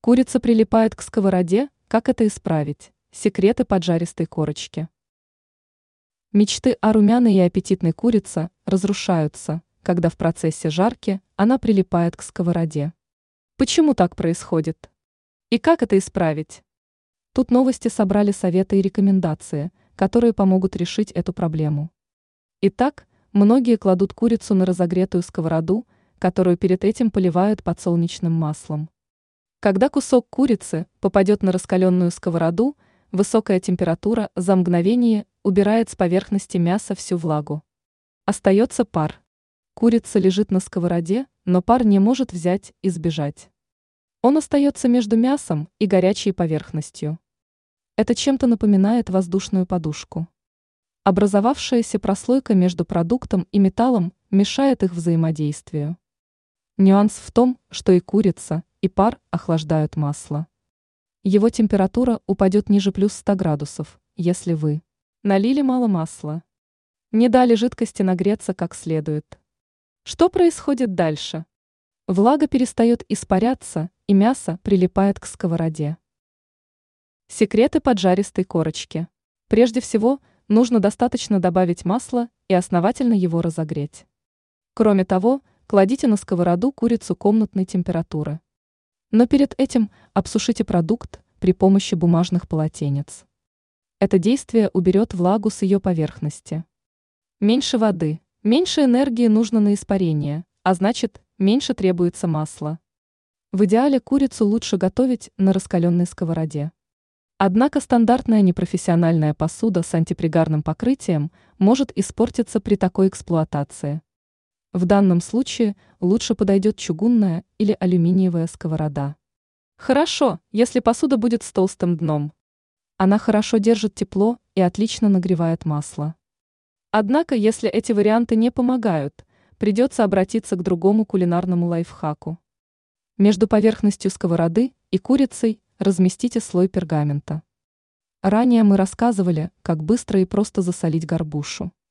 Курица прилипает к сковороде, как это исправить? Секреты поджаристой корочки. Мечты о румяной и аппетитной курице разрушаются, когда в процессе жарки она прилипает к сковороде. Почему так происходит? И как это исправить? Тут новости собрали советы и рекомендации, которые помогут решить эту проблему. Итак, многие кладут курицу на разогретую сковороду, которую перед этим поливают подсолнечным маслом. Когда кусок курицы попадет на раскаленную сковороду, высокая температура за мгновение убирает с поверхности мяса всю влагу. Остается пар. Курица лежит на сковороде, но пар не может взять и сбежать. Он остается между мясом и горячей поверхностью. Это чем-то напоминает воздушную подушку. Образовавшаяся прослойка между продуктом и металлом мешает их взаимодействию. Нюанс в том, что и курица, и пар охлаждают масло. Его температура упадет ниже плюс 100 градусов, если вы налили мало масла. Не дали жидкости нагреться как следует. Что происходит дальше? Влага перестает испаряться, и мясо прилипает к сковороде. Секреты поджаристой корочки. Прежде всего, нужно достаточно добавить масла и основательно его разогреть. Кроме того, кладите на сковороду курицу комнатной температуры. Но перед этим обсушите продукт при помощи бумажных полотенец. Это действие уберет влагу с ее поверхности. Меньше воды, меньше энергии нужно на испарение, а значит, меньше требуется масла. В идеале курицу лучше готовить на раскаленной сковороде. Однако стандартная непрофессиональная посуда с антипригарным покрытием может испортиться при такой эксплуатации. В данном случае лучше подойдет чугунная или алюминиевая сковорода. Хорошо, если посуда будет с толстым дном. Она хорошо держит тепло и отлично нагревает масло. Однако, если эти варианты не помогают, придется обратиться к другому кулинарному лайфхаку. Между поверхностью сковороды и курицей разместите слой пергамента. Ранее мы рассказывали, как быстро и просто засолить горбушу.